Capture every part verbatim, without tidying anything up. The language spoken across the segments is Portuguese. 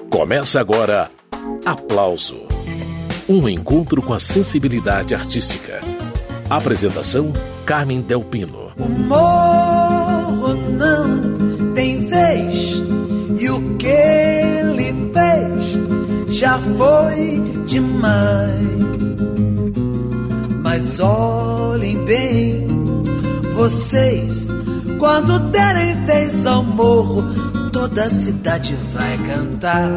Começa agora Aplauso. Um encontro com a sensibilidade artística. Apresentação, Carmen Del Pino. O morro não tem vez, e o que ele fez já foi demais. Mas olhem bem, vocês, quando derem vez ao morro, toda a cidade vai cantar.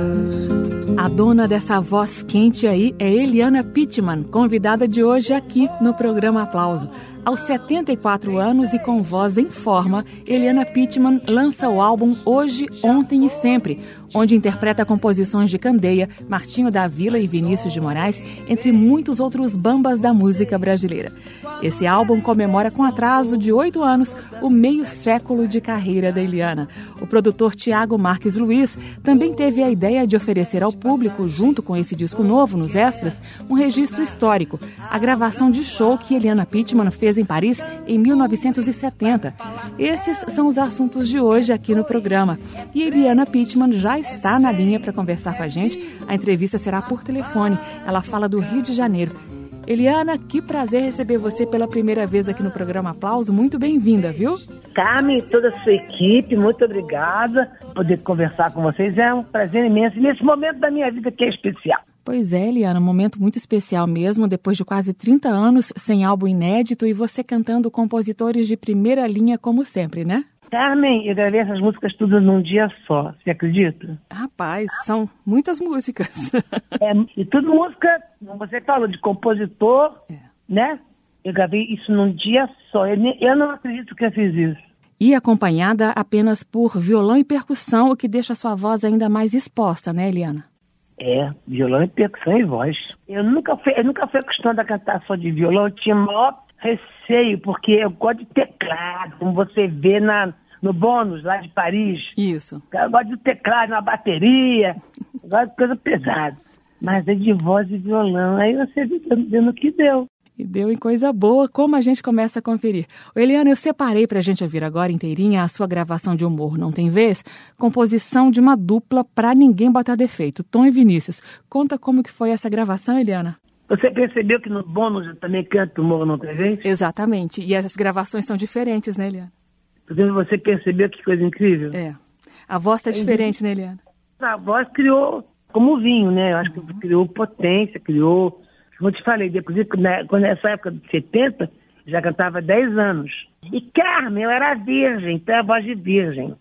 A dona dessa voz quente aí é Eliana Pittman, convidada de hoje aqui no programa Aplauso. Aos setenta e quatro anos e com voz em forma, Eliana Pittman lança o álbum Hoje, Ontem e Sempre, onde interpreta composições de Candeia, Martinho da Vila e Vinícius de Moraes, entre muitos outros bambas da música brasileira. Esse álbum comemora com atraso de oito anos o meio século de carreira da Eliana. O produtor Tiago Marques Luiz também teve a ideia de oferecer ao público, junto com esse disco novo nos extras, um registro histórico, a gravação de show que Eliana Pittman fez em Paris em mil novecentos e setenta. Esses são os assuntos de hoje aqui no programa. E Eliana Pittman já está na linha para conversar com a gente. A entrevista será por telefone. Ela fala do Rio de Janeiro. Eliana, que prazer receber você pela primeira vez aqui no programa Aplauso. Muito bem-vinda, viu? Carmen e toda a sua equipe, muito obrigada por poder conversar com vocês. É um prazer imenso nesse momento da minha vida que é especial. Pois é, Eliana, um momento muito especial mesmo, depois de quase trinta anos sem álbum inédito e você cantando compositores de primeira linha como sempre, né? Carmen, eu gravei essas músicas todas num dia só, você acredita? Rapaz, são muitas músicas. É, e tudo música, você falou de compositor, é. né? Eu gravei isso num dia só, eu, nem, eu não acredito que eu fiz isso. E acompanhada apenas por violão e percussão, o que deixa a sua voz ainda mais exposta, né, Eliana? É, violão e percussão e voz. Eu nunca fui, eu nunca fui acostumada a cantar só de violão, eu tinha maior receio, porque eu gosto de teclado, como você vê na, no bônus lá de Paris. Isso. Eu gosto de teclado, na bateria, eu gosto de coisa pesada. Mas é de voz e violão, aí você viu no que deu. E deu em coisa boa, como a gente começa a conferir. Ô, Eliana, eu separei pra gente ouvir agora inteirinha a sua gravação de Humor Não Tem Vez, composição de uma dupla pra ninguém botar defeito, Tom e Vinícius. Conta como que foi essa gravação, Eliana. Você percebeu que no bônus eu também canto Humor Não Tem Vez? Exatamente, e essas gravações são diferentes, né, Eliana? Você percebeu que coisa incrível? É, a voz tá diferente, né, Eliana? A voz criou como vinho, né? Eu acho que criou potência, criou... Como eu te falei, inclusive, quando nessa época de setenta, já cantava há dez anos. E Carmen, eu era virgem, então é a voz de virgem.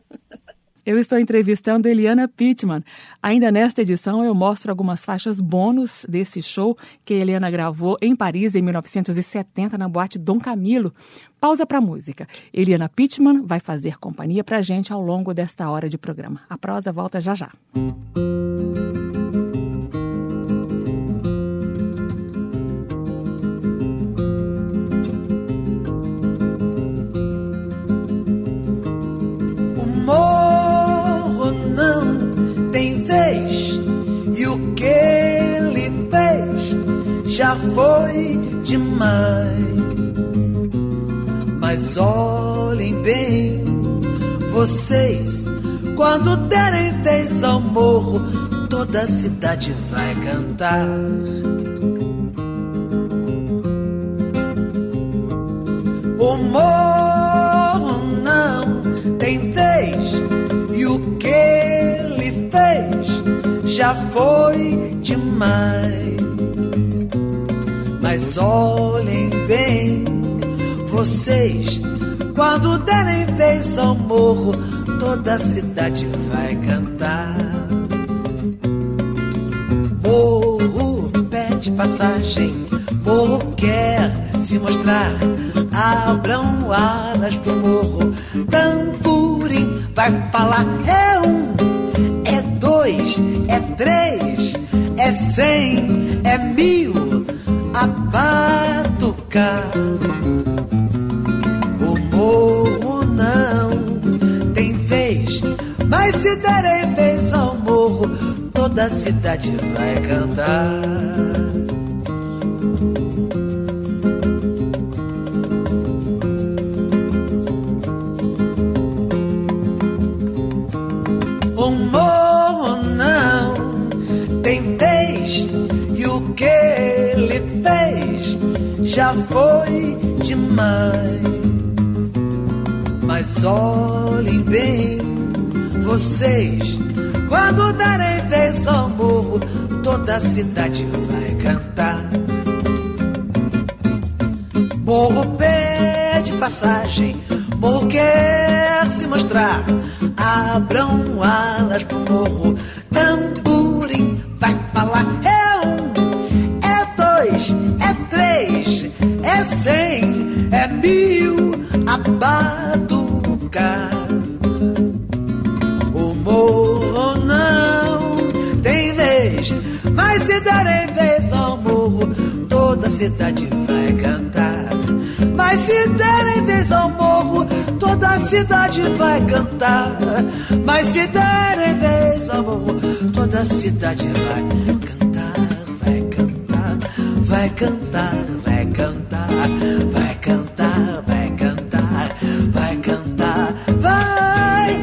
Eu estou entrevistando Eliana Pittman. Ainda nesta edição eu mostro algumas faixas bônus desse show que a Eliana gravou em Paris em mil novecentos e setenta na boate Dom Camilo. Pausa para música. Eliana Pittman vai fazer companhia pra gente ao longo desta hora de programa. A prosa volta já já. Morro não tem vez, e o que ele fez já foi demais. Mas olhem bem, vocês, quando derem vez ao morro, toda a cidade vai cantar. O morro não tem vez, e o que ele fez já foi demais. Mas olhem bem, vocês, quando derem vez ao morro, toda a cidade vai cantar. Morro pede passagem, morro quer se mostrar. Abram alas pro morro, tamborim vai falar. É um, é dois, é três, é cem, é mil, a batucar. O morro não tem vez, mas se derem vez ao morro, toda a cidade vai cantar. O morro não já foi demais. Mas olhem bem, vocês, quando derem vez ao morro, toda a cidade vai cantar. Morro pede passagem, morro quer se mostrar. Abram alas pro morro, tamborim vai falar. É um, é dois, é três, é cem, é mil, a batucar. O morro não tem vez, mas se derem vez ao morro, toda a cidade vai cantar. Mas se derem vez ao morro, toda a cidade vai cantar. Mas se derem vez ao morro, toda a cidade vai cantar, vai cantar, vai cantar, vai cantar, vai cantar, vai cantar, vai cantar, vai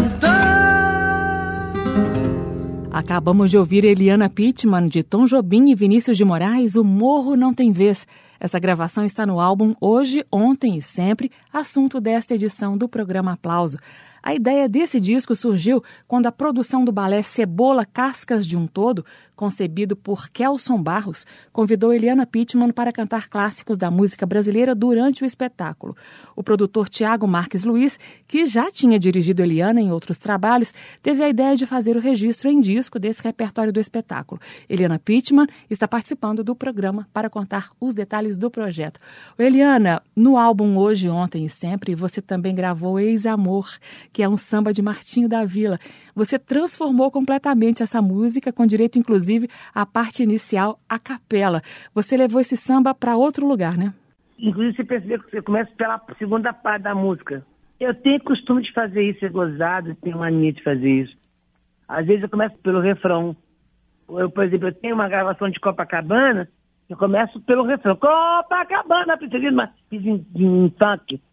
cantar. Acabamos de ouvir Eliana Pittman, de Tom Jobim e Vinícius de Moraes, O Morro Não Tem Vez. Essa gravação está no álbum Hoje, Ontem e Sempre, assunto desta edição do programa Aplauso. A ideia desse disco surgiu quando a produção do balé Cebola Cascas de um Todo, concebido por Kelson Barros, convidou Eliana Pittman para cantar clássicos da música brasileira durante o espetáculo. O produtor Tiago Marques Luiz, que já tinha dirigido Eliana em outros trabalhos, teve a ideia de fazer o registro em disco desse repertório do espetáculo. Eliana Pittman está participando do programa para contar os detalhes do projeto. Eliana, no álbum Hoje, Ontem e Sempre, você também gravou Ex-Amor, que é um samba de Martinho da Vila. Você transformou completamente essa música, com direito, inclusive, à parte inicial, a capela. Você levou esse samba para outro lugar, né? Inclusive, você percebeu que você começa pela segunda parte da música. Eu tenho costume de fazer isso, ser gozado, tenho mania de fazer isso. Às vezes eu começo pelo refrão. Eu, por exemplo, eu tenho uma gravação de Copacabana, eu começo pelo refrão. Copacabana, precisamente, fiz em, em funk.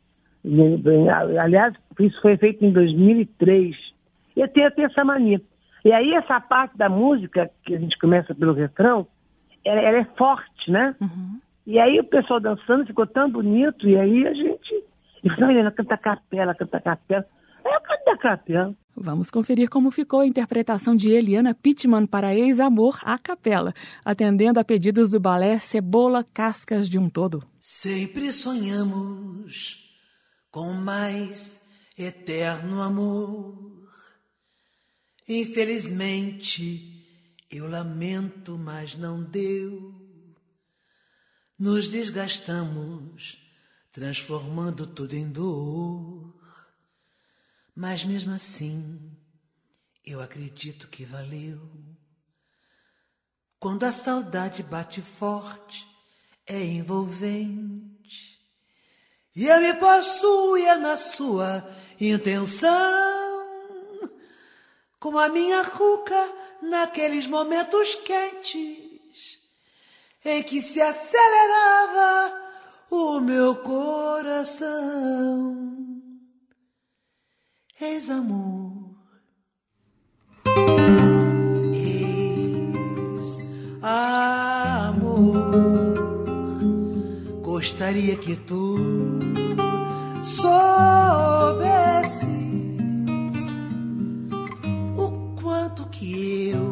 Aliás, isso foi feito em dois mil e três. Eu tenho, eu tenho essa mania. E aí essa parte da música, que a gente começa pelo refrão, ela, ela é forte, né? Uhum. E aí o pessoal dançando ficou tão bonito, e aí a gente... Eu falei, Helena, canta a capela, canta a capela. Aí eu canto a capela. Vamos conferir como ficou a interpretação de Eliana Pittman para Ex-Amor a capela, atendendo a pedidos do balé Cebola Cascas de um Todo. Sempre sonhamos com mais eterno amor. Infelizmente, eu lamento, mas não deu. Nos desgastamos, transformando tudo em dor. Mas mesmo assim, eu acredito que valeu. Quando a saudade bate forte, é envolvente. E eu me possuía na sua intenção, como a minha cuca naqueles momentos quentes, em que se acelerava o meu coração. Ex-amor, ex-amor, gostaria que tu soubesses o quanto que eu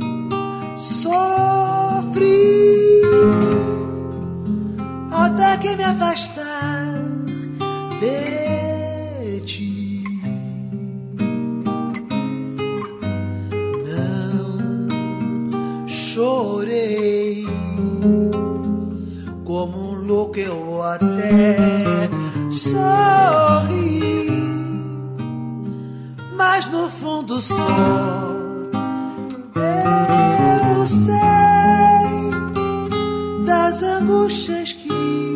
sofri até que me afastar de ti. Chorei como um louco, eu até sorri, mas no fundo só eu sei das angústias que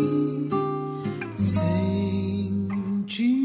senti.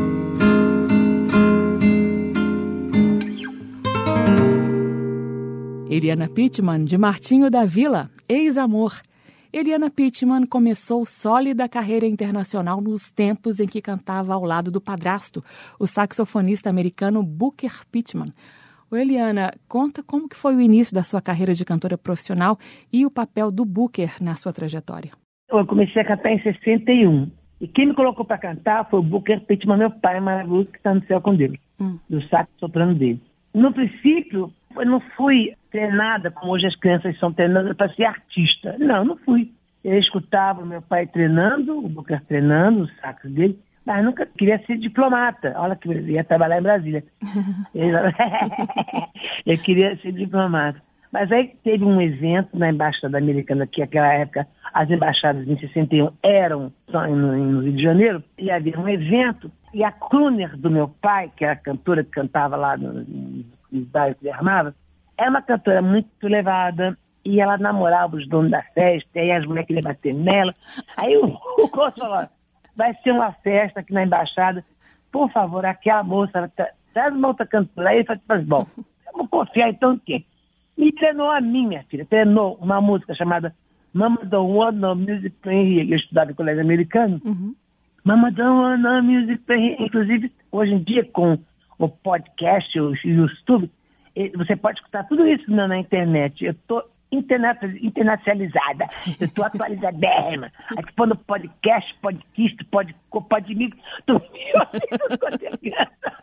Eliana Pittman, de Martinho da Vila, Ex-Amor. Eliana Pittman começou sólida carreira internacional nos tempos em que cantava ao lado do padrasto, o saxofonista americano Booker Pittman. O Eliana, conta como que foi o início da sua carreira de cantora profissional e o papel do Booker na sua trajetória. Eu comecei a cantar em sessenta e um. E quem me colocou para cantar foi o Booker Pittman, meu pai maravilhoso, que está no céu com Deus. Hum. Do sax soprano dele. No princípio, eu não fui treinada, como hoje as crianças são treinadas para ser artista. Não, não fui. Eu escutava o meu pai treinando, o Booker treinando, o sax dele, mas nunca queria ser diplomata. Olha que eu ia trabalhar em Brasília. Eu queria ser diplomata. Mas aí teve um evento na Embaixada Americana, que naquela época as embaixadas em sessenta e um eram só no, no Rio de Janeiro, e havia um evento, e a crooner do meu pai, que era a cantora que cantava lá nos no, no bairros que ele armava, era uma cantora muito elevada, e ela namorava os donos da festa, e aí as mulheres queriam bater nela. Aí o, o Costa falou, vai ser uma festa aqui na Embaixada, por favor, aquela moça, traz uma outra cantora. Aí ele falou, bom, eu vou confiar então em quem? E treinou a minha filha, treinou uma música chamada Mama Don't Want No Music Playing Here. Eu estudava em colégio americano. Uhum. Mama Don't Want No Music Playing Here. Inclusive, hoje em dia, com o podcast, o YouTube, você pode escutar tudo isso na, na internet. Eu estou internet, internacionalizada, eu estou atualizadérrima. Aqui no podcast, podcast, pode, pode mim, tu viu?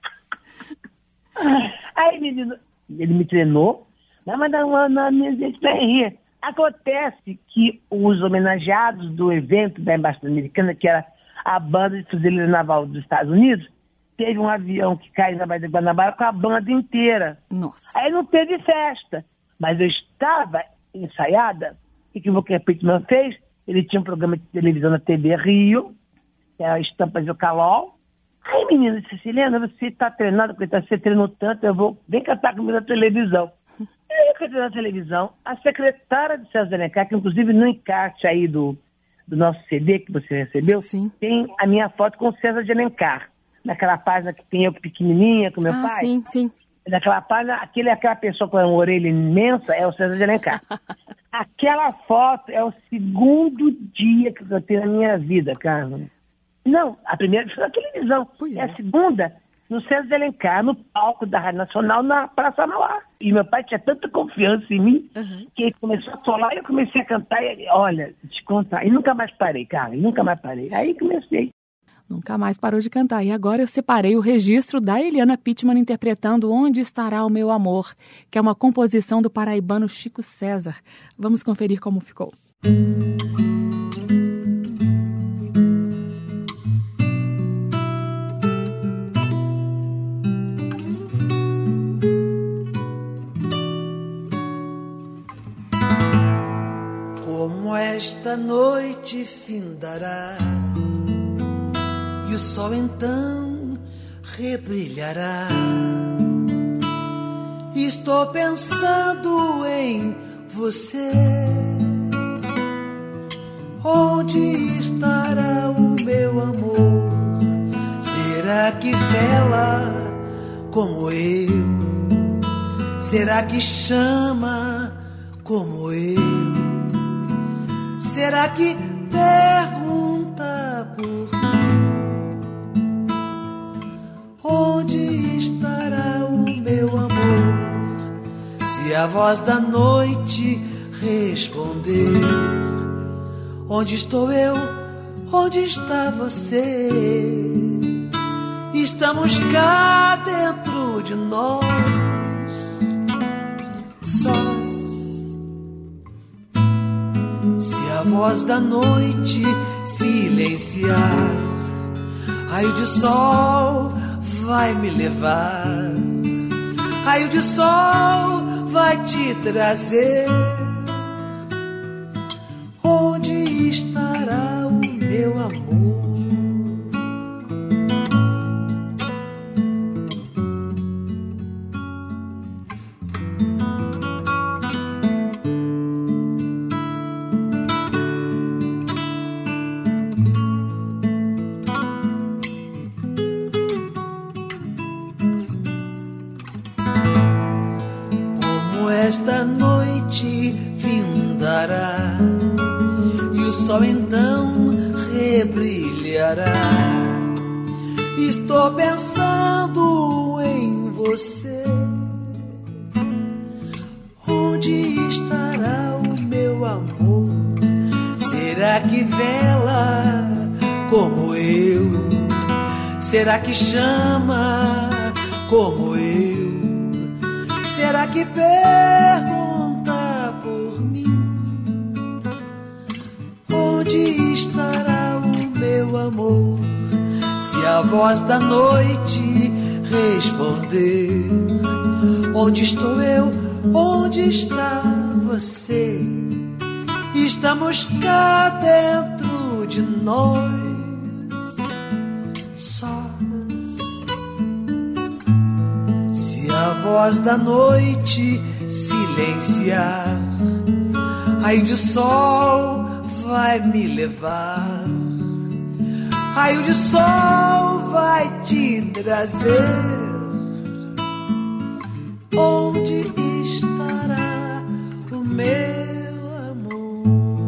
Aí, menino, ele me treinou. Mas não, music here. Acontece que os homenageados do evento da Embaixada Americana, que era a banda de fuzileiro naval dos Estados Unidos, teve um avião que caiu na Baía de Guanabara com a banda inteira. Nossa. Aí não teve festa, mas eu estava ensaiada. O que o Booker Pittman fez? Ele tinha um programa de televisão na T V Rio, que era Estampas do Calol. Aí, menina, disse, Helena, você está treinada, porque você treinou tanto, eu vou, vem cantar comigo na televisão. Eu cantei na televisão, a secretária de César de Alencar, que inclusive no encarte aí do, do nosso C D que você recebeu, sim, tem a minha foto com o César de Alencar. Naquela página que tem eu pequenininha com meu ah, pai. Sim, sim. Naquela página, aquele, aquela pessoa com uma orelha imensa é o César de Alencar. Aquela foto é o segundo dia que eu cantei na minha vida, Carla. Não, a primeira foi na televisão. Pois é. A segunda, no César de Alencar, no palco da Rádio Nacional, na Praça Mauá. E meu pai tinha tanta confiança em mim, uhum, que ele começou a solar e eu comecei a cantar. E, olha, te contar. E nunca mais parei, cara. E nunca mais parei. Aí comecei. Nunca mais parou de cantar. E agora eu separei o registro da Eliana Pittman interpretando Onde Estará o Meu Amor, que é uma composição do paraibano Chico César. Vamos conferir como ficou. Como esta noite findará e o sol então rebrilhará, estou pensando em você. Onde estará o meu amor? Será que vela como eu? Será que chama como eu? Será que pergunta por mim? Onde estará o meu amor? Se a voz da noite responder, onde estou eu? Onde está você? Estamos cá dentro de nós, sós. Se a voz da noite silenciar, raio de sol vai me levar, raio de sol vai te trazer. Onde estará o meu amor? Esta noite findará e o sol então rebrilhará. Estou pensando em você. Onde estará o meu amor? Será que vem Será que chama como eu? Será que pergunta por mim? Onde estará o meu amor? Se a voz da noite responder, onde estou eu? Onde está você? Estamos cá dentro de nós, sós. Se a voz da noite silenciar, raio de sol vai me levar, raio de sol vai te trazer. Onde estará o meu amor?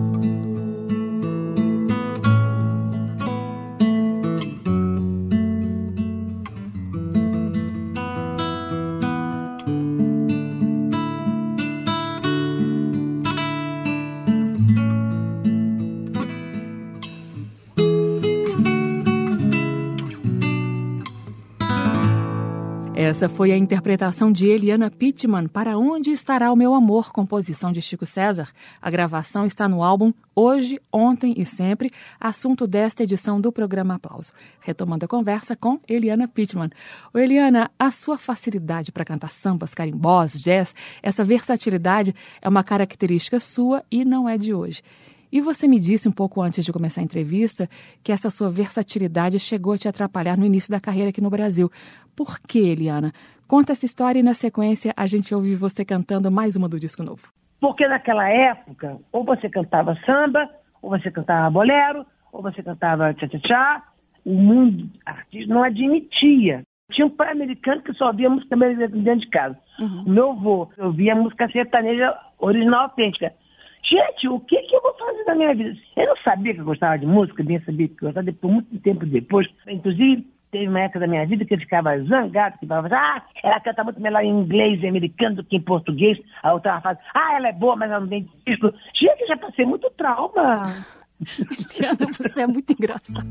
Essa foi a interpretação de Eliana Pittman para Onde Estará o Meu Amor, composição de Chico César. A gravação está no álbum Hoje, Ontem e Sempre, assunto desta edição do programa Aplauso. Retomando a conversa com Eliana Pittman. Ô Eliana, a sua facilidade para cantar sambas, carimbós, jazz, essa versatilidade é uma característica sua e não é de hoje. E você me disse um pouco antes de começar a entrevista que essa sua versatilidade chegou a te atrapalhar no início da carreira aqui no Brasil. Por que, Eliana? Conta essa história e na sequência a gente ouve você cantando mais uma do disco novo. Porque naquela época, ou você cantava samba, ou você cantava bolero, ou você cantava tchá-tchá-tchá. O mundo artístico não admitia. Tinha um pai americano que só ouvia música brasileira dentro de casa. Uhum. O meu avô ouvia música sertaneja original autêntica. Gente, o que, que eu vou fazer da minha vida? Eu não sabia que eu gostava de música, nem sabia que eu gostava, depois, muito tempo depois. Inclusive, teve uma época da minha vida que eu ficava zangado, que falava, ah, ela canta muito melhor em inglês e americano do que em português. A outra fala, ah, ela é boa, mas ela não tem disco. Gente, eu já passei muito trauma. Eliana, você é muito engraçada.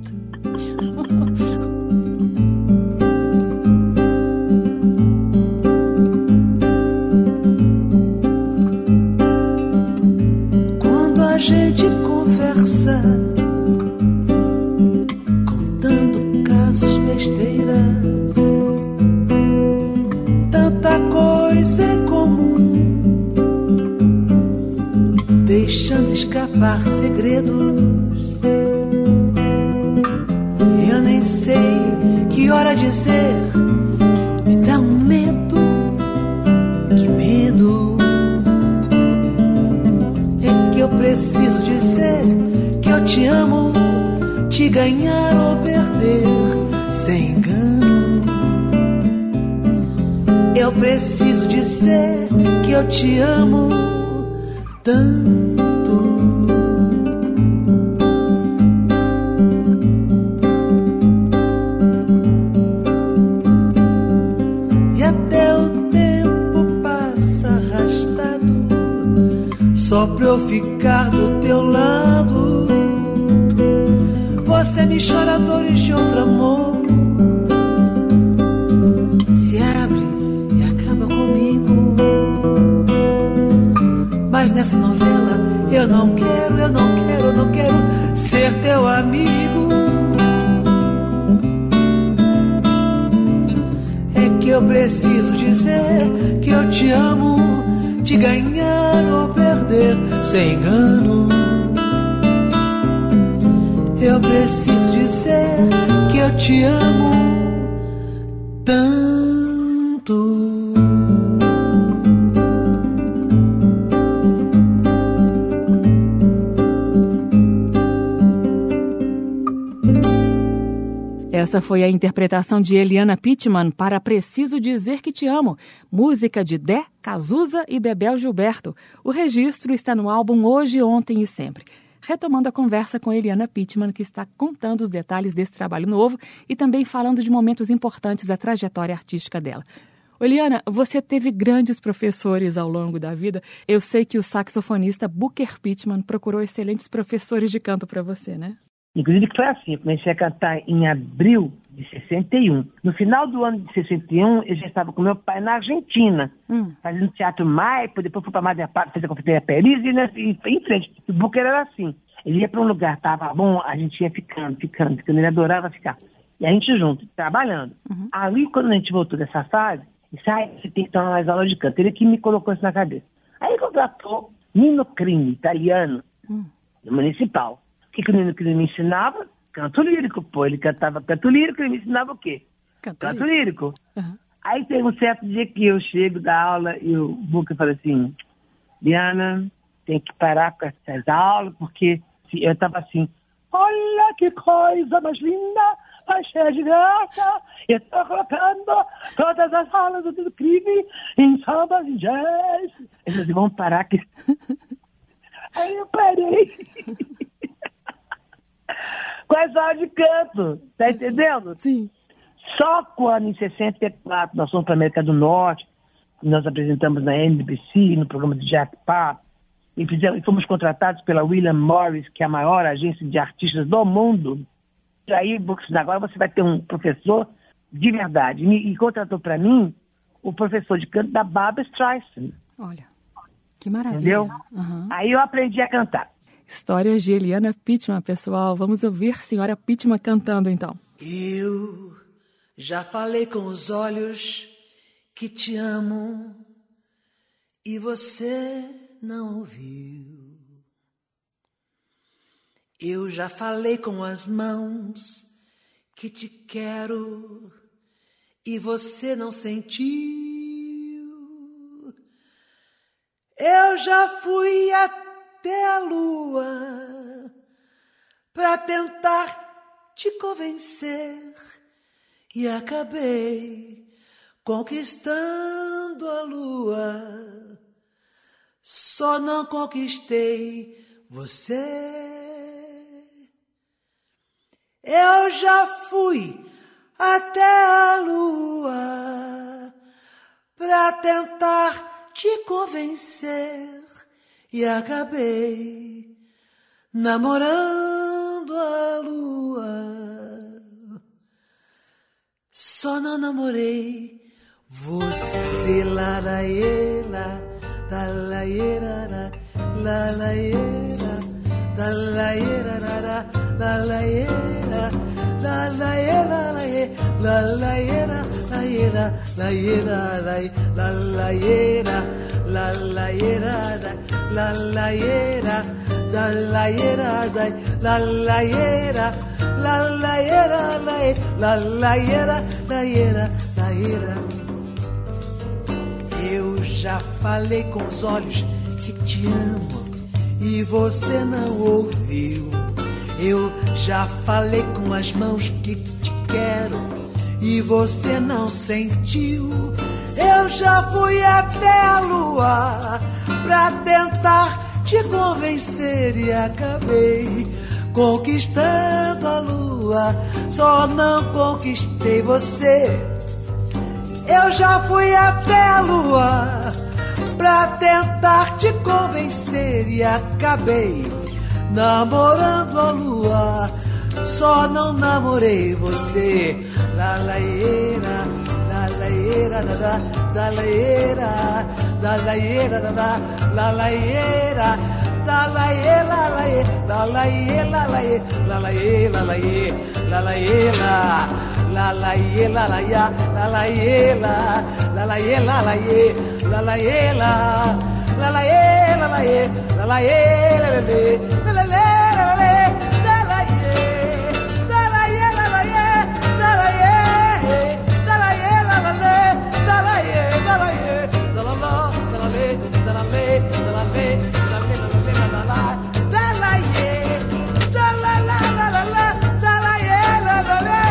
A gente conversa, contando casos, besteiras, tanta coisa em comum, deixando escapar segredos. Eu nem sei que hora dizer, me dá um medo, que medo. Eu preciso dizer que eu te amo, te ganhar ou perder sem engano. Eu preciso dizer que eu te amo tanto. E até o tempo passa arrastado, só pra eu ficar do teu lado. Você me chora dores de outro amor, se abre e acaba comigo. Mas nessa novela eu não quero, eu não quero, eu não quero ser teu amigo. É que eu preciso dizer que eu te amo, te ganhar ou perder sem engano. Eu preciso dizer que eu te amo tanto. Essa foi a interpretação de Eliana Pittman para Preciso Dizer Que Te Amo, música de Dé, Cazuza e Bebel Gilberto. O registro está no álbum Hoje, Ontem e Sempre. Retomando a conversa com Eliana Pittman, que está contando os detalhes desse trabalho novo e também falando de momentos importantes da trajetória artística dela. Eliana, você teve grandes professores ao longo da vida. Eu sei que o saxofonista Booker Pittman procurou excelentes professores de canto para você, né? Inclusive que foi assim, eu comecei a cantar em abril de sessenta e um. No final do ano de sessenta e um, eu já estava com meu pai na Argentina, hum. fazendo teatro Maipo, depois fui para Madepar, fez a Confeitaria Paris e, né, e foi em frente. O Booker era assim, ele ia para um lugar, estava bom, a gente ia ficando, ficando, ficando, ele adorava ficar. E a gente junto, trabalhando. Uhum. Aí, quando a gente voltou dessa fase, disse, ah, você tem que tomar mais aula de canto. Ele que me colocou isso na cabeça. Aí ele contratou Nino Crimi, italiano, hum. municipal. O que, que o Nino Crimi me ensinava? Canto lírico, pô. Ele cantava canto lírico e me ensinava o quê? Canto, canto lírico. Uhum. Aí teve um certo dia que eu chego da aula e o Buca fala assim, Diana, tem que parar com essas aulas, porque eu estava assim, olha que coisa mais linda, mais cheia de graça, eu estou colocando todas as aulas do crime em samba e jazz. Eles assim, vão parar que... Aí eu parei. Com essa aula de canto, tá entendendo? Sim. Só quando em sessenta e quatro nós fomos para a América do Norte, nós apresentamos na N B C, no programa de Jack Pop, e, fizemos, e fomos contratados pela William Morris, que é a maior agência de artistas do mundo. E aí, agora você vai ter um professor de verdade. E, e contratou para mim o professor de canto da Barbra Streisand. Olha, que maravilha. Entendeu? Uhum. Aí eu aprendi a cantar. Histórias de Eliana Pittman, pessoal. Vamos ouvir a senhora Pittman cantando, então. Eu já falei com os olhos que te amo e você não ouviu. Eu já falei com as mãos que te quero e você não sentiu. Eu já fui até a lua pra tentar te convencer e acabei conquistando a lua. Só não conquistei você. Eu já fui até a lua pra tentar te convencer e acabei namorando a lua. Só não namorei você, laraela, talaera, lalaera, talaera, lalaera, lalaera, lalaera, lalaera, lalaera, lalaera, lalaera, lalaera, lalaera, lalaera, lalaera, lalaera, lalaera. Eu já falei com os olhos que te amo e você não ouviu. Eu já falei com as mãos que te quero e você não sentiu. Eu já fui até a lua pra tentar te convencer e acabei conquistando a lua. Só não conquistei você. Eu já fui até a lua pra tentar te convencer e acabei namorando a lua. Só não namorei você. Lalaeira, lalaeira, lalaeira, lalaeira, lalaeira, lalaeira, lalaeira, lalaeira, lalaeira. La la ye la la ya la la ye la la la ye la la ye la la ye la la la ye la la ye la la ye la la ye la la ye la la ye la la ye la la ye la la ye la la ye la la ye la la ye la la ye la la la la le la la le la la le la le la la la la la ye la la la la la la la ye la la le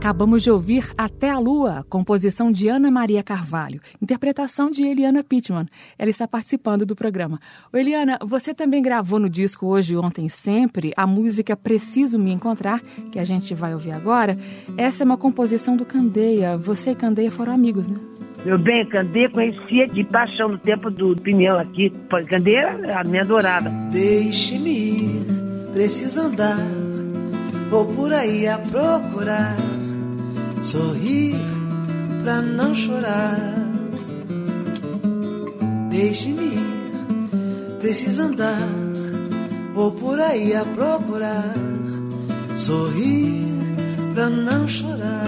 Acabamos de ouvir Até a Lua, composição de Ana Maria Carvalho, interpretação de Eliana Pittman. Ela está participando do programa. Ô, Eliana, você também gravou no disco Hoje, Ontem, Sempre a música Preciso Me Encontrar, que a gente vai ouvir agora. Essa é uma composição do Candeia. Você e Candeia foram amigos, né? Meu bem, Candeia conhecia de paixão no tempo do Pinhão aqui. Candeia era a minha adorada. Deixe-me ir, preciso andar, vou por aí a procurar, sorrir pra não chorar. Deixe-me ir, preciso andar, vou por aí a procurar, sorrir pra não chorar.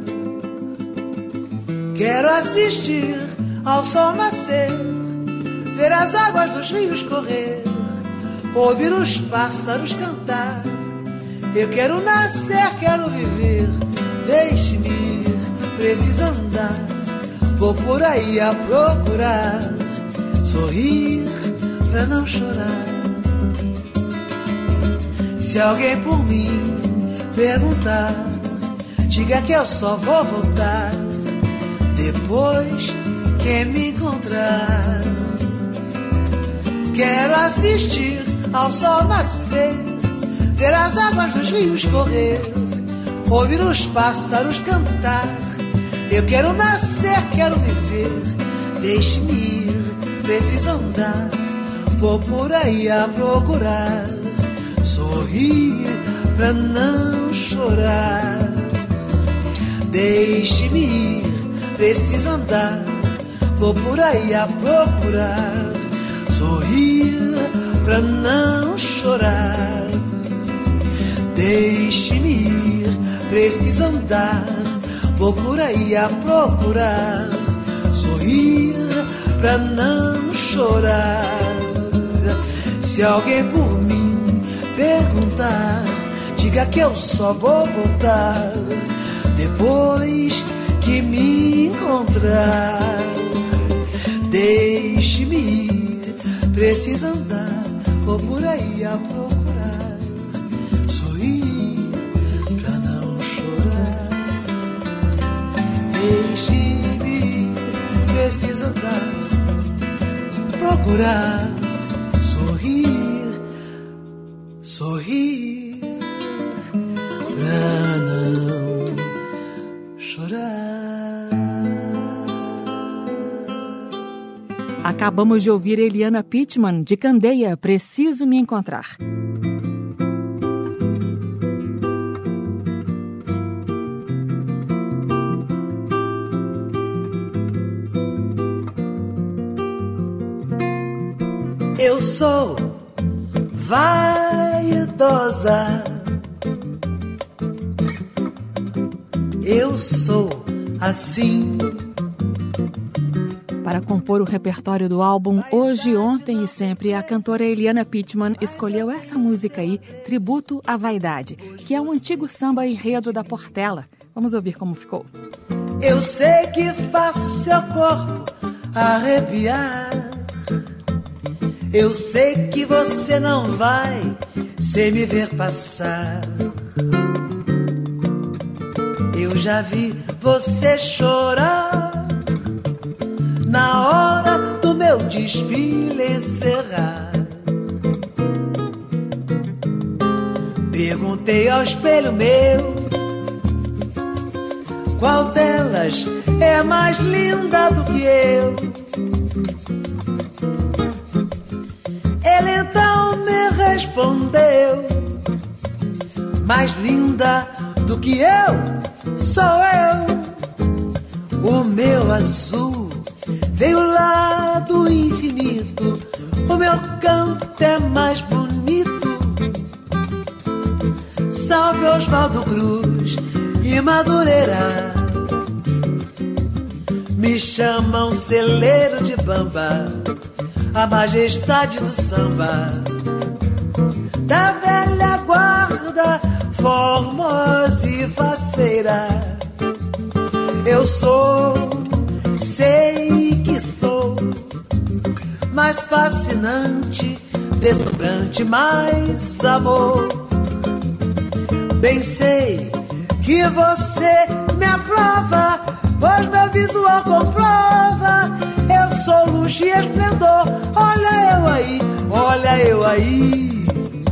Quero assistir ao sol nascer, ver as águas dos rios correr, ouvir os pássaros cantar. Eu quero nascer, quero viver. Deixe-me ir, preciso andar, vou por aí a procurar, sorrir pra não chorar. Se alguém por mim perguntar, diga que eu só vou voltar depois que me encontrar. Quero assistir ao sol nascer, ver as águas dos rios correr, ouvir os pássaros cantar. Eu quero nascer, quero viver. Deixe-me ir, preciso andar, vou por aí a procurar, sorrir pra não chorar. Deixe-me ir, preciso andar, vou por aí a procurar, sorrir pra não chorar. Deixe-me ir, preciso andar, vou por aí a procurar, sorrir pra não chorar. Se alguém por mim perguntar, diga que eu só vou voltar depois que me encontrar. Deixe-me ir, preciso andar, vou por aí a procurar, sorrir pra não chorar. Deixe-me ir, preciso andar, procurar, sorrir, sorrir pra não chorar. Acabamos de ouvir Eliana Pittman, de Candeia, Preciso Me Encontrar. Eu sou vaidosa, eu sou assim. Para compor o repertório do álbum Hoje, Ontem e Sempre, a cantora Eliana Pittman escolheu essa música aí, Tributo à Vaidade, que é um antigo samba enredo da Portela. Vamos ouvir como ficou. Eu sei que faço seu corpo arrepiar, eu sei que você não vai sem me ver passar. Eu já vi você chorar na hora do meu desfile encerrar. Perguntei ao espelho meu, qual delas é mais linda do que eu? Ele então me respondeu, mais linda do que eu sou eu. O meu azul veio lá do infinito, o meu canto é mais bonito. Salve Oswaldo Cruz e Madureira, me chamam celeiro de bamba, a majestade do samba, da velha guarda, formosa e faceira. Eu sou, sei que sou, mais fascinante, deslumbrante, mais amor. Bem sei que você me aprova, pois meu visual comprova. Eu sou luz e esplendor, olha eu aí, olha eu aí.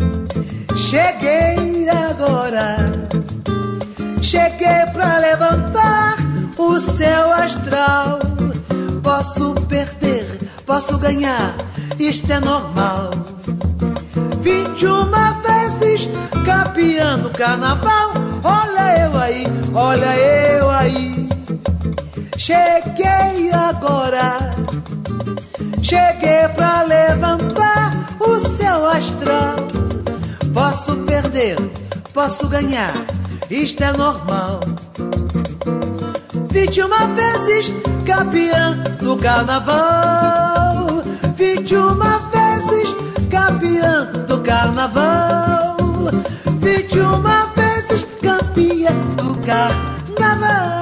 Cheguei agora, cheguei pra levantar o céu astral. Posso perder, posso ganhar, isto é normal. Vinte e uma vezes campeão do carnaval, olha eu aí, olha eu aí. Cheguei agora, cheguei pra levantar o céu astral. Posso perder, posso ganhar, isto é normal. Vinte e uma vezes campeão do carnaval, vinte e uma vezes campeão do carnaval, vinte e uma vezes campeã do carnaval.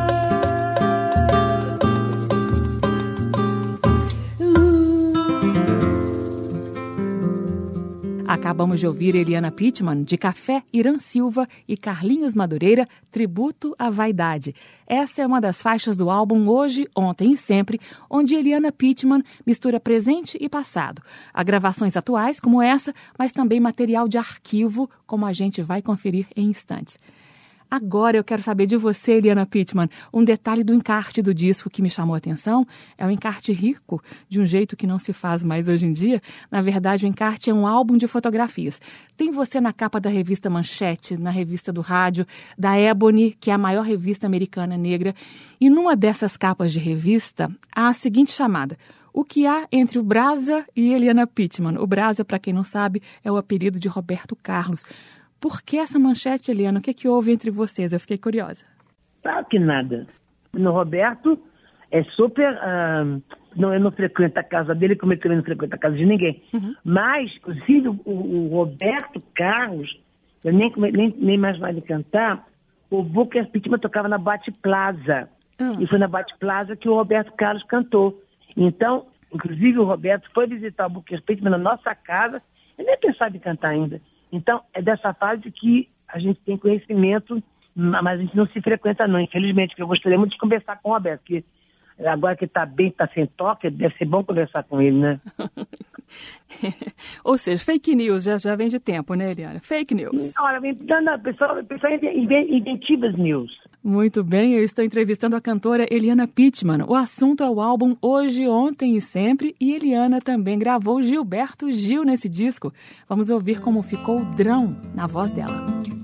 Acabamos de ouvir Eliana Pittman, de Café, Irã Silva e Carlinhos Madureira, Tributo à Vaidade. Essa é uma das faixas do álbum Hoje, Ontem e Sempre, onde Eliana Pittman mistura presente e passado. Há gravações atuais como essa, mas também material de arquivo, como a gente vai conferir em instantes. Agora eu quero saber de você, Eliana Pittman, um detalhe do encarte do disco que me chamou a atenção. É um encarte rico, de um jeito que não se faz mais hoje em dia. Na verdade, o encarte é um álbum de fotografias. Tem você na capa da revista Manchete, na revista do rádio, da Ebony, que é a maior revista americana negra. E numa dessas capas de revista, há a seguinte chamada: o que há entre o Brasa e Eliana Pittman? O Brasa, para quem não sabe, é o apelido de Roberto Carlos. Por que essa manchete, Eliana? O que, que houve entre vocês? Eu fiquei curiosa. Claro que nada. No Roberto é super... Uh, não, eu não frequento a casa dele, como eu também não frequento a casa de ninguém. Uhum. Mas, inclusive, o, o Roberto Carlos, eu nem, nem, nem mais vale cantar, o Booker Pittman tocava na Bate Plaza. Uhum. E foi na Bate Plaza que o Roberto Carlos cantou. Então, inclusive, o Roberto foi visitar o Booker Pittman na nossa casa. Ele nem pensava em cantar ainda. Então, é dessa fase que a gente tem conhecimento, mas a gente não se frequenta não, infelizmente, porque eu gostaria muito de conversar com o Roberto, porque agora que está bem, está sem toque, deve ser bom conversar com ele, né? Ou seja, fake news já, já vem de tempo, né, Eliana? Fake news. Olha, vem dando pessoal, pessoal inventivas news. Muito bem, eu estou entrevistando a cantora Eliana Pittman. O assunto é o álbum Hoje, Ontem e Sempre, e Eliana também gravou Gilberto Gil nesse disco. Vamos ouvir como ficou o Drão na voz dela.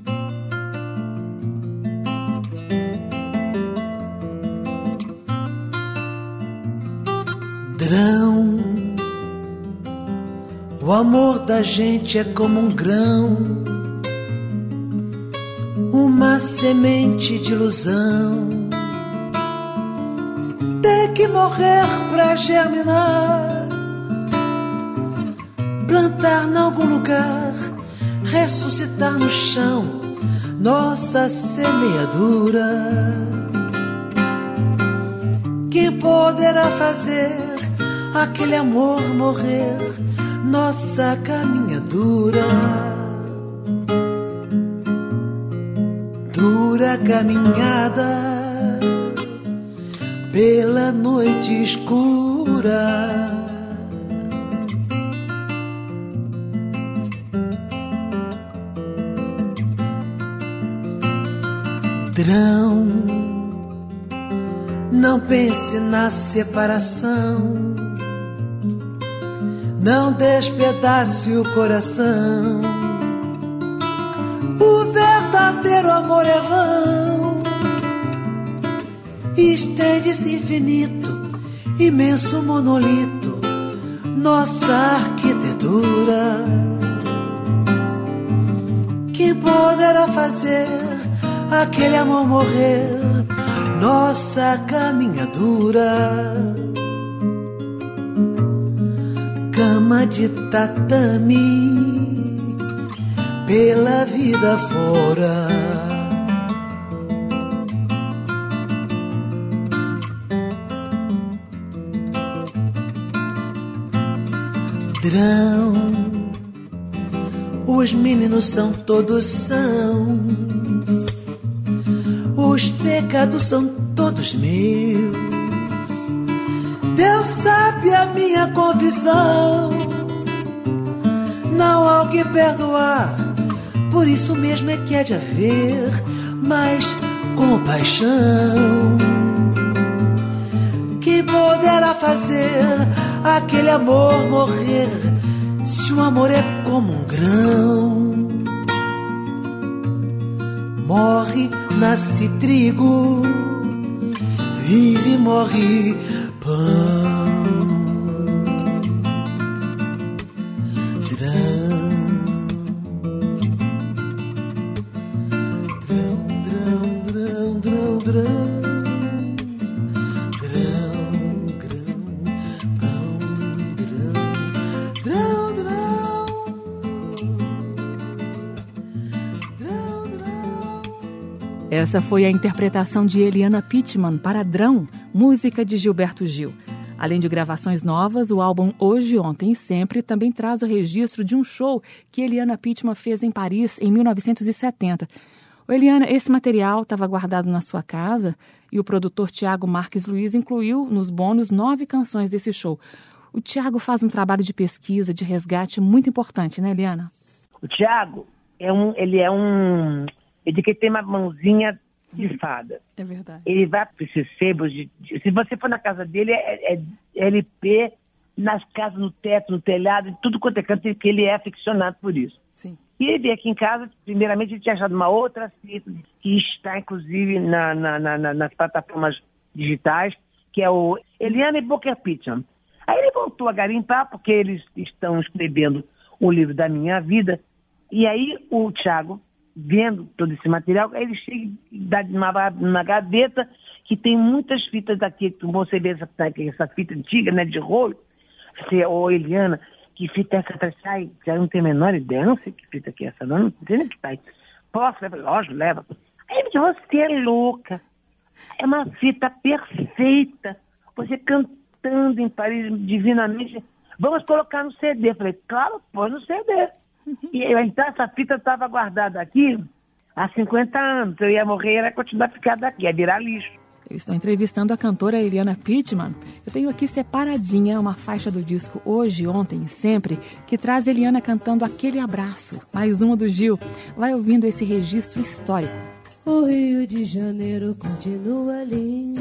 Drão, o amor da gente é como um grão, uma semente de ilusão. Tem que morrer pra germinar, plantar em algum lugar, ressuscitar no chão nossa semeadura. Quem poderá fazer aquele amor morrer, nossa caminhadura? Dura caminhada pela noite escura. Drão, não pense na separação, não despedace o coração. O verdadeiro amor é vão, estende-se infinito, imenso monolito, nossa arquitetura. Quem poderá fazer aquele amor morrer, nossa caminhadura? Cama de tatame pela vida fora. Drão, os meninos são todos sãos, Os pecados são todos meus. Deus sabe a minha confissão. Não há o que perdoar, por isso mesmo é que há de haver mais compaixão. Que poderá fazer aquele amor morrer, se o amor é como um grão? Morre, nasce trigo, vive, morre pão. Essa foi a interpretação de Eliana Pittman para Drão, música de Gilberto Gil. Além de gravações novas, o álbum Hoje, Ontem e Sempre também traz o registro de um show que Eliana Pittman fez em Paris em mil novecentos e setenta. Ô, Eliana, esse material estava guardado na sua casa e o produtor Tiago Marques Luiz incluiu nos bônus nove canções desse show. O Tiago faz um trabalho de pesquisa, de resgate muito importante, né, Eliana? O Tiago, é um, ele é um... Ele que tem uma mãozinha de fada. É verdade. Ele vai para esses sebos, de, de, se você for na casa dele, é, é L P nas casas, no teto, no telhado, tudo quanto é canto, que ele é aficionado por isso. Sim. E ele veio aqui em casa, primeiramente ele tinha achado uma outra fita, que está inclusive na, na, na, nas plataformas digitais, que é o Eliana e Booker Pittman. Aí ele voltou a garimpar, porque eles estão escrevendo o livro da minha vida, e aí o Thiago, vendo todo esse material, aí ele chega e dá uma, uma gaveta que tem muitas fitas daqui, que você vê essa, essa fita antiga, né, de rolo. Você, ô Eliana, que fita é essa? Sai, já não tenho a menor ideia, não sei que fita que é essa, não, não sei nem que tá aí. Posso levar? Lógico, leva. Aí ele disse, você é louca. É uma fita perfeita. Você cantando em Paris divinamente. Vamos colocar no C D. Eu falei, claro, põe no C D. E então essa fita estava guardada aqui há cinquenta anos. Eu ia morrer e ia continuar ficando aqui, ia virar lixo. Eu estou entrevistando a cantora Eliana Pittman. Eu tenho aqui separadinha uma faixa do disco Hoje, Ontem e Sempre, que traz Eliana cantando Aquele Abraço, mais uma do Gil. Vai ouvindo esse registro histórico. O Rio de Janeiro continua lindo.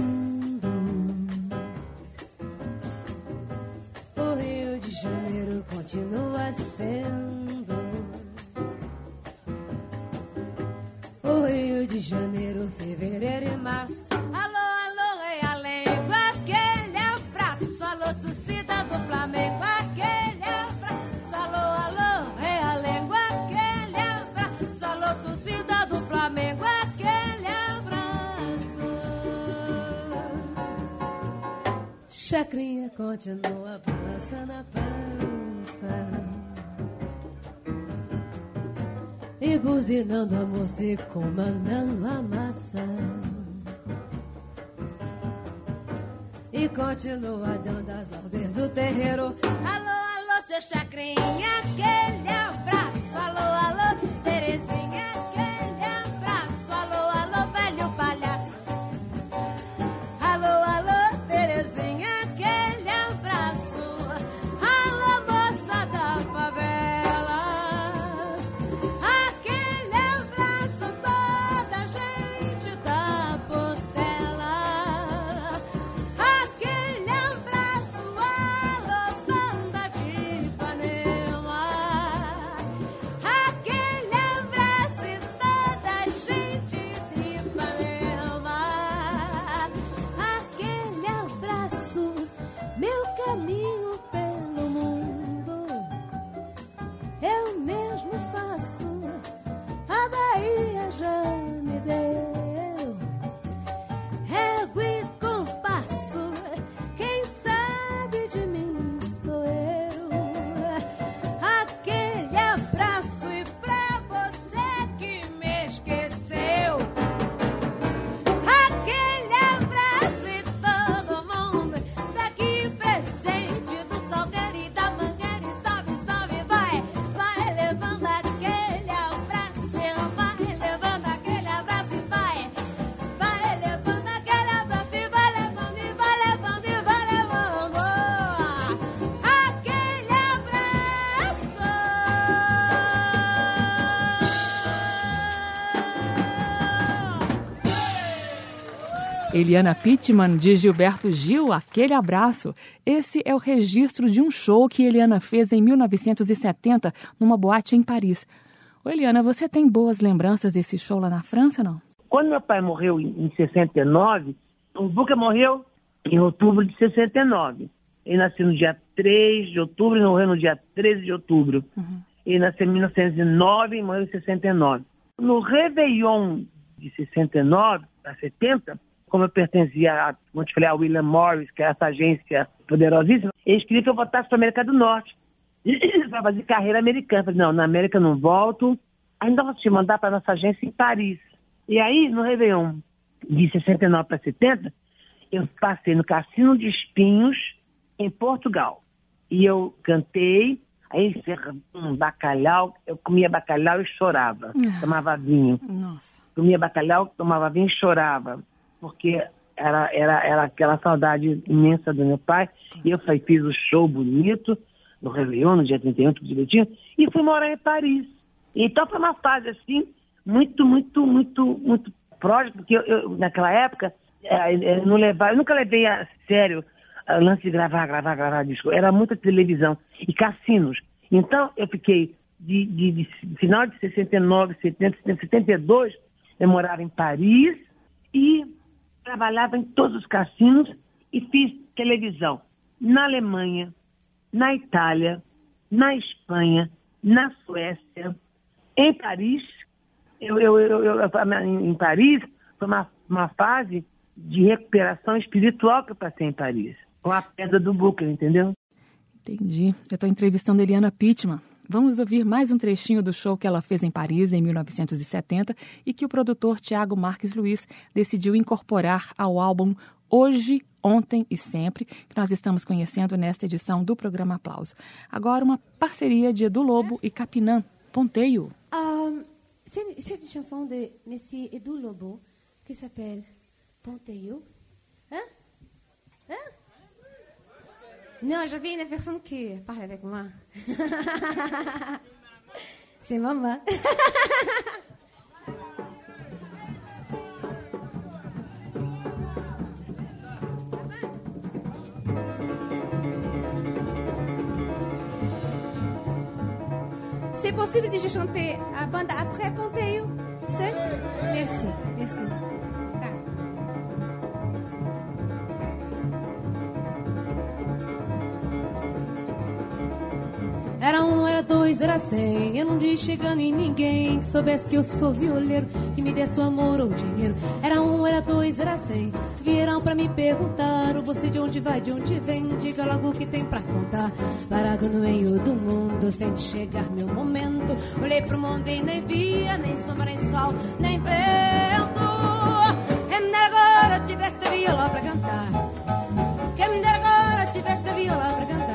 O Rio de Janeiro continua sendo. O Rio de Janeiro, fevereiro e março. Alô, alô, realengo, aquele abraço. Alô, torcida do Flamengo, aquele abraço. Alô, alô, realengo, aquele abraço. Alô, torcida do Flamengo, aquele abraço. Chacrinha continua balançando a pança e buzinando a moça e comandando a massa. E continua dando as ordens o terreiro. Alô, alô, seu Chacrinha, aquele abraço. Alô, alô, Terezinha, aquele abraço. Alô, alô, velho palhaço. Alô, alô, Terezinha, aquele abraço. Alô, moça da favela, aquele abraço toda a gente da Portela. Aquele abraço, alô, banda de Ipanema. Aquele Eliana Pittman, de Gilberto Gil, aquele abraço. Esse é o registro de um show que Eliana fez em mil novecentos e setenta, numa boate em Paris. Ô Eliana, você tem boas lembranças desse show lá na França, não? Quando meu pai morreu em sessenta e nove, o Buca morreu em outubro de sessenta e nove. Ele nasceu no dia três de outubro e morreu no dia treze de outubro. Uhum. Ele nasceu em mil novecentos e nove e morreu em sessenta e nove. No Réveillon de sessenta e nove a setenta, como eu pertencia, a, como eu te falei, a William Morris, que é essa agência poderosíssima, eles queriam que eu voltasse para a América do Norte para fazer carreira americana. Eu falei, não, na América eu não volto, ainda vou te mandar para a nossa agência em Paris. E aí, no Réveillon de sessenta e nove para setenta, eu passei no Cassino de Espinhos, em Portugal. E eu cantei, aí um bacalhau, eu comia bacalhau e chorava, tomava vinho. Nossa. Comia bacalhau, tomava vinho e chorava, porque era, era, era aquela saudade imensa do meu pai. E eu falei, fiz o show bonito, no Réveillon, no dia trinta e um, tudo direitinho, e fui morar em Paris. Então foi uma fase assim, muito, muito, muito, muito próxima, porque eu, eu, naquela época, eu, não levava, eu nunca levei a sério o lance de gravar, gravar, gravar disco. Era muita televisão e cassinos. Então eu fiquei, de, de, de final de sessenta e nove, setenta, setenta e dois, eu morava em Paris e trabalhava em todos os cassinos e fiz televisão na Alemanha, na Itália, na Espanha, na Suécia, em Paris. Eu, eu, eu, eu, em Paris foi uma, uma fase de recuperação espiritual que eu passei em Paris, com a pedra do Booker, entendeu? Entendi. Eu estou entrevistando Eliana Pittman. Vamos ouvir mais um trechinho do show que ela fez em Paris em mil novecentos e setenta e que o produtor Tiago Marques Luiz decidiu incorporar ao álbum Hoje, Ontem e Sempre, que nós estamos conhecendo nesta edição do programa Aplauso. Agora uma parceria de Edu Lobo e Capinã, Ponteio. Um, c'est, c'est une chanson de Monsieur Edu Lobo qui s'appelle Ponteio. Hein? Hein? Non, j'avais une version qui parle avec moi. C'est maman. C'est possible de je chanter a banda après Ponteio? C'est? Merci, merci. Tá. Era um, era dois, era cem. Eu não disse chegando em ninguém que soubesse que eu sou violeiro, que me desse o amor ou dinheiro. Era um, era dois, era cem. Vieram pra me perguntar: você de onde vai, de onde vem? Diga logo o que tem pra contar. Parado no meio do mundo, sem chegar meu momento. Olhei pro mundo e nem via, nem sombra, nem sol, nem vento. Quem me dera agora eu tivesse viola pra cantar. Quem me dera agora eu tivesse viola pra cantar.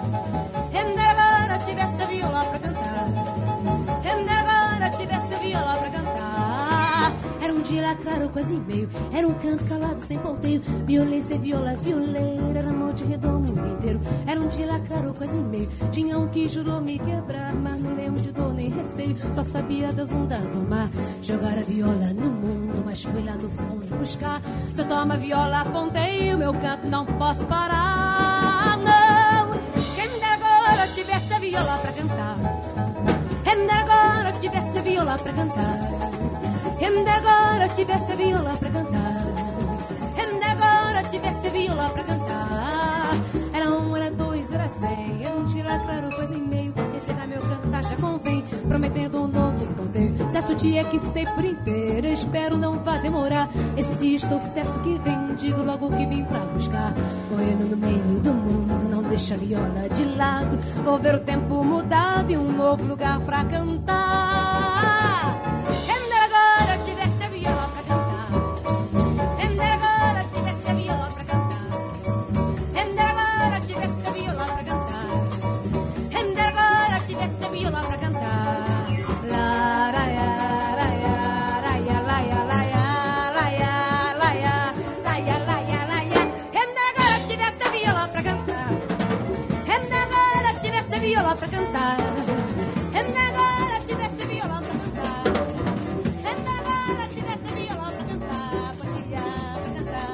Tivesse viola pra cantar, quem me dera agora tivesse viola pra cantar. Era um dia lá claro, quase meio, era um canto calado sem ponteio. Violência, viola, violeira, era monte redor o mundo inteiro. Era um dia lá claro, quase meio, tinha um que jurou me quebrar, mas não lembro de dor nem receio, só sabia das ondas do mar. Jogar a viola no mundo, mas fui lá no fundo buscar. Se eu tomo a viola, ponteio, meu canto não posso parar, não. Agora tivesse a viola pra cantar, quem me dera agora tivesse a viola pra cantar, quem me dera agora tivesse a viola pra cantar, quem me dera agora tivesse a viola pra cantar. Era um, era dois, era cem, era um tira claro, coisa e meio. Encerrar meu cantar já convém, prometendo um novo ponteio. Certo dia que sei por inteiro, eu espero não vá demorar. Esse dia estou certo que vem, digo logo que vim pra buscar. Morrendo no meio do mundo, não deixa a viola de lado. Vou ver o tempo mudado e um novo lugar pra cantar. Quem me dera agora eu tivesse a viola pra cantar. Quem me dera agora eu tivesse a viola pra cantar. Quem me dera agora eu tivesse a viola pra cantar. Quem me dera agora eu tivesse a viola pra cantar. La la ya la ya la ya la ya la ya la ya la ya la ya la ya la ya. Quem me dera agora eu tivesse a viola pra cantar. Quem me dera agora eu tivesse a viola pra cantar. Quem me dera agora eu tivesse a viola pra cantar. Quem me dera agora eu tivesse a viola pra cantar. Podia pra cantar.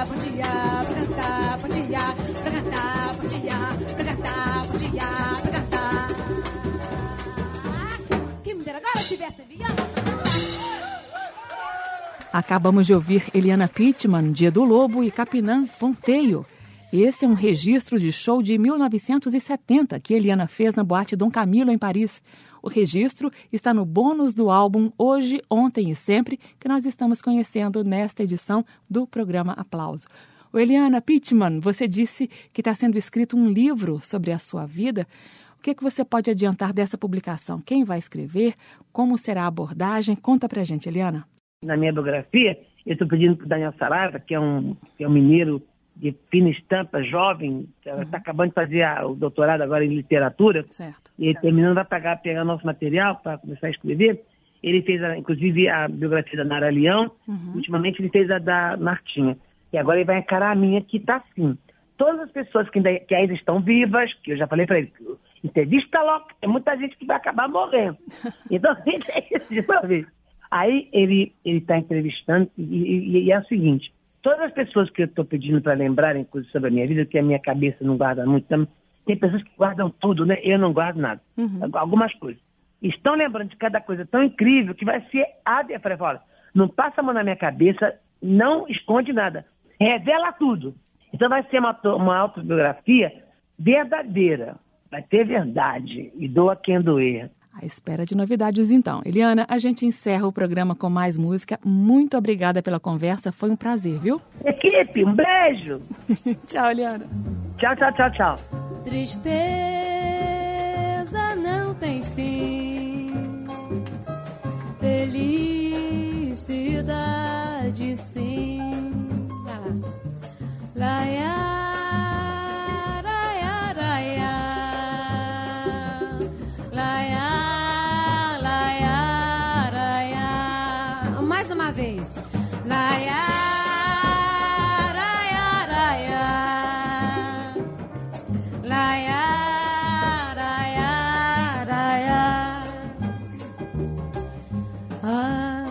cantar, pontear, pra cantar, pontear, pra cantar, pontear, pra cantar, pontear, pra cantar. Que me dera agora se tivesse viando. Acabamos de ouvir Eliana Pittman, Dia do Lobo e Capinã Ponteio. Esse é um registro de show de mil novecentos e setenta que Eliana fez na Boate Dom Camilo, em Paris. O registro está no bônus do álbum Hoje, Ontem e Sempre, que nós estamos conhecendo nesta edição do programa Aplauso. O Eliana Pittman, você disse que está sendo escrito um livro sobre a sua vida. O que, é que você pode adiantar dessa publicação? Quem vai escrever? Como será a abordagem? Conta pra gente, Eliana. Na minha biografia, eu estou pedindo para o Daniel Saraiva, que é um, que é um mineiro de fina estampa, jovem, está uhum. acabando de fazer a, o doutorado agora em literatura, certo. E terminando vai pegar, pegar nosso material para começar a escrever. Ele fez, a, inclusive, a biografia da Nara Leão, uhum. ultimamente ele fez a da Martinha. E agora ele vai encarar a minha, que está assim. Todas as pessoas que ainda, que ainda estão vivas, que eu já falei para ele, entrevista logo, tem muita gente que vai acabar morrendo. Então, é isso de uma vez. Aí ele está entrevistando e, e, e é o seguinte, todas as pessoas que eu estou pedindo para lembrarem coisas sobre a minha vida, que a minha cabeça não guarda muito, tem pessoas que guardam tudo, né? Eu não guardo nada, uhum. algumas coisas. Estão lembrando de cada coisa tão incrível que vai ser a... Eu falei, olha, não passa a mão na minha cabeça, não esconde nada, revela tudo. Então vai ser uma, uma autobiografia verdadeira, vai ter verdade e doa quem doer. À espera de novidades, então. Eliana, a gente encerra o programa com mais música. Muito obrigada pela conversa. Foi um prazer, viu? Equipe, um beijo. Tchau, Eliana. Tchau, tchau, tchau, tchau. Tristeza não tem fim. Felicidade, sim. Laia. Uma vez. Laia, raia, raia. Laia, raia, raia. A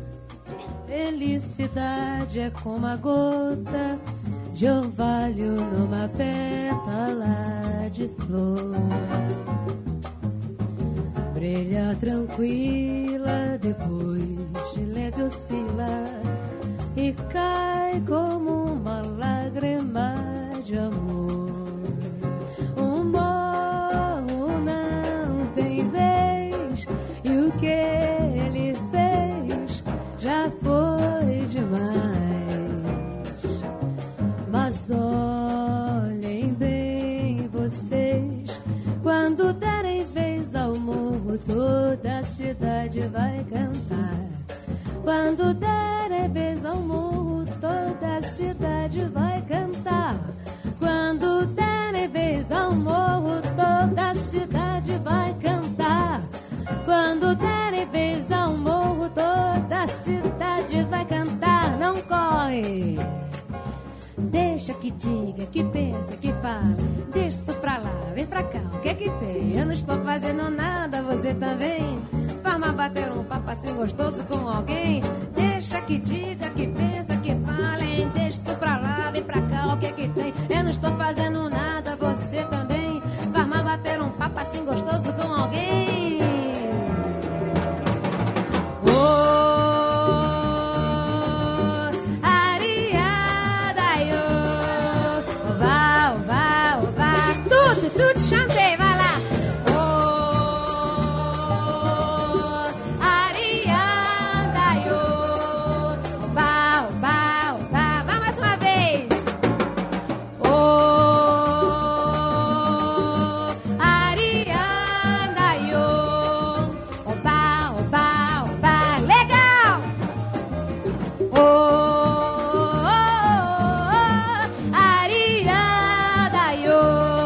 felicidade é como a gota de orvalho numa pétala de flor. Brilha tranquila, depois de leve oscila e cai como uma lágrima de amor. Um morro não tem vez e o que ele fez já foi demais. Mas olhem bem vocês, quando derem vez ao morro, toda a cidade vai cantar. Quando derem vez ao morro, toda a cidade vai cantar. Quando derem vez ao morro, toda a cidade vai cantar. Quando derem vez ao morro, toda a cidade vai cantar. Não corre, deixa que diga, que pensa, que fala. Deixa isso pra lá, vem pra cá, o que é que tem? Eu não estou fazendo nada, você também. Vamos bater um papo assim gostoso com alguém. Deixa que diga, que pensa, que fala, hein? Deixa isso pra lá, vem pra cá, o que é que tem? Eu não estou fazendo nada, você também. Vamos bater um papo assim gostoso com alguém. Oh! Tudo chantei, vai lá. Oh, Arianda, yo. Oba, oba, oba. Vai mais uma vez. Oh, Arianda, yo. Oba, oba, oba. Legal. Oh, oh, oh, Arianda, yo.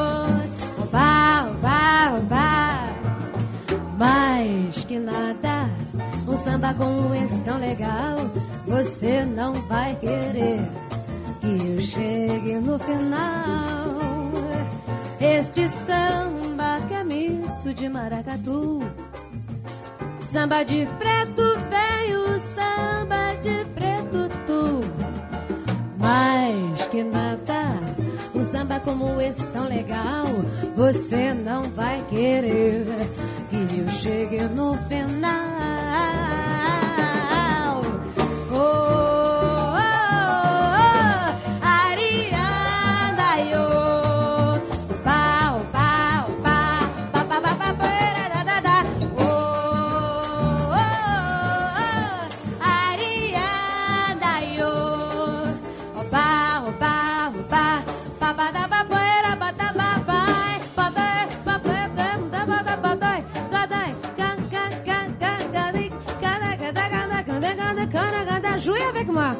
Mais que nada, um samba como esse tão legal, você não vai querer que eu chegue no final. Este samba que é misto de maracatu, samba de preto veio, samba de preto tu. mais que nada. Um samba como esse tão legal, você não vai querer que eu chegue no final. Oh, oh, oh, Ariana, yo, pau, pau, pau, pau, pau, pau, pau, da, oh, oh, oh, Ariana, yo, pau, pau, pau. Jouez avec moi.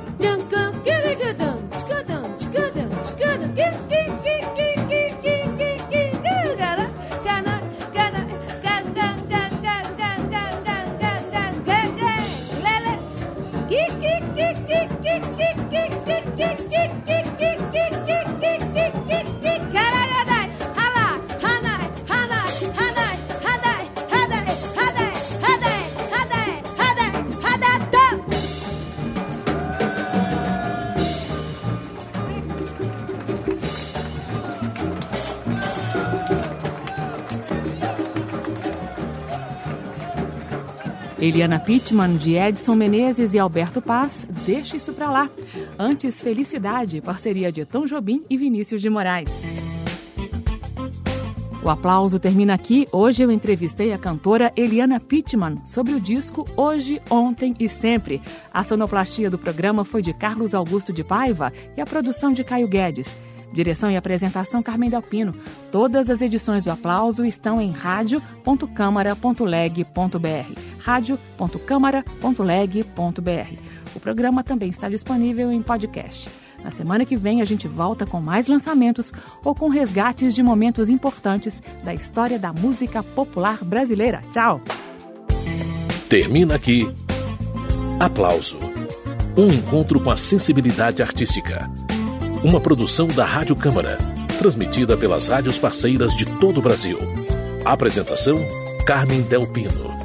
Eliana Pittman, de Edson Menezes e Alberto Paz, Deixa Isso Pra Lá. Antes, Felicidade, parceria de Tom Jobim e Vinícius de Moraes. O aplauso termina aqui. Hoje eu entrevistei a cantora Eliana Pittman sobre o disco Hoje, Ontem e Sempre. A sonoplastia do programa foi de Carlos Augusto de Paiva e a produção de Caio Guedes. Direção e apresentação Carmen Delpino. Todas as edições do Aplauso estão em rádio ponto câmara ponto leg ponto br. rádio ponto câmara ponto leg ponto br. O programa também está disponível em podcast. Na semana que vem a gente volta com mais lançamentos ou com resgates de momentos importantes da história da música popular brasileira. Tchau! Termina aqui Aplauso. Um encontro com a sensibilidade artística. Uma produção da Rádio Câmara, transmitida pelas rádios parceiras de todo o Brasil. Apresentação, Carmen Delpino.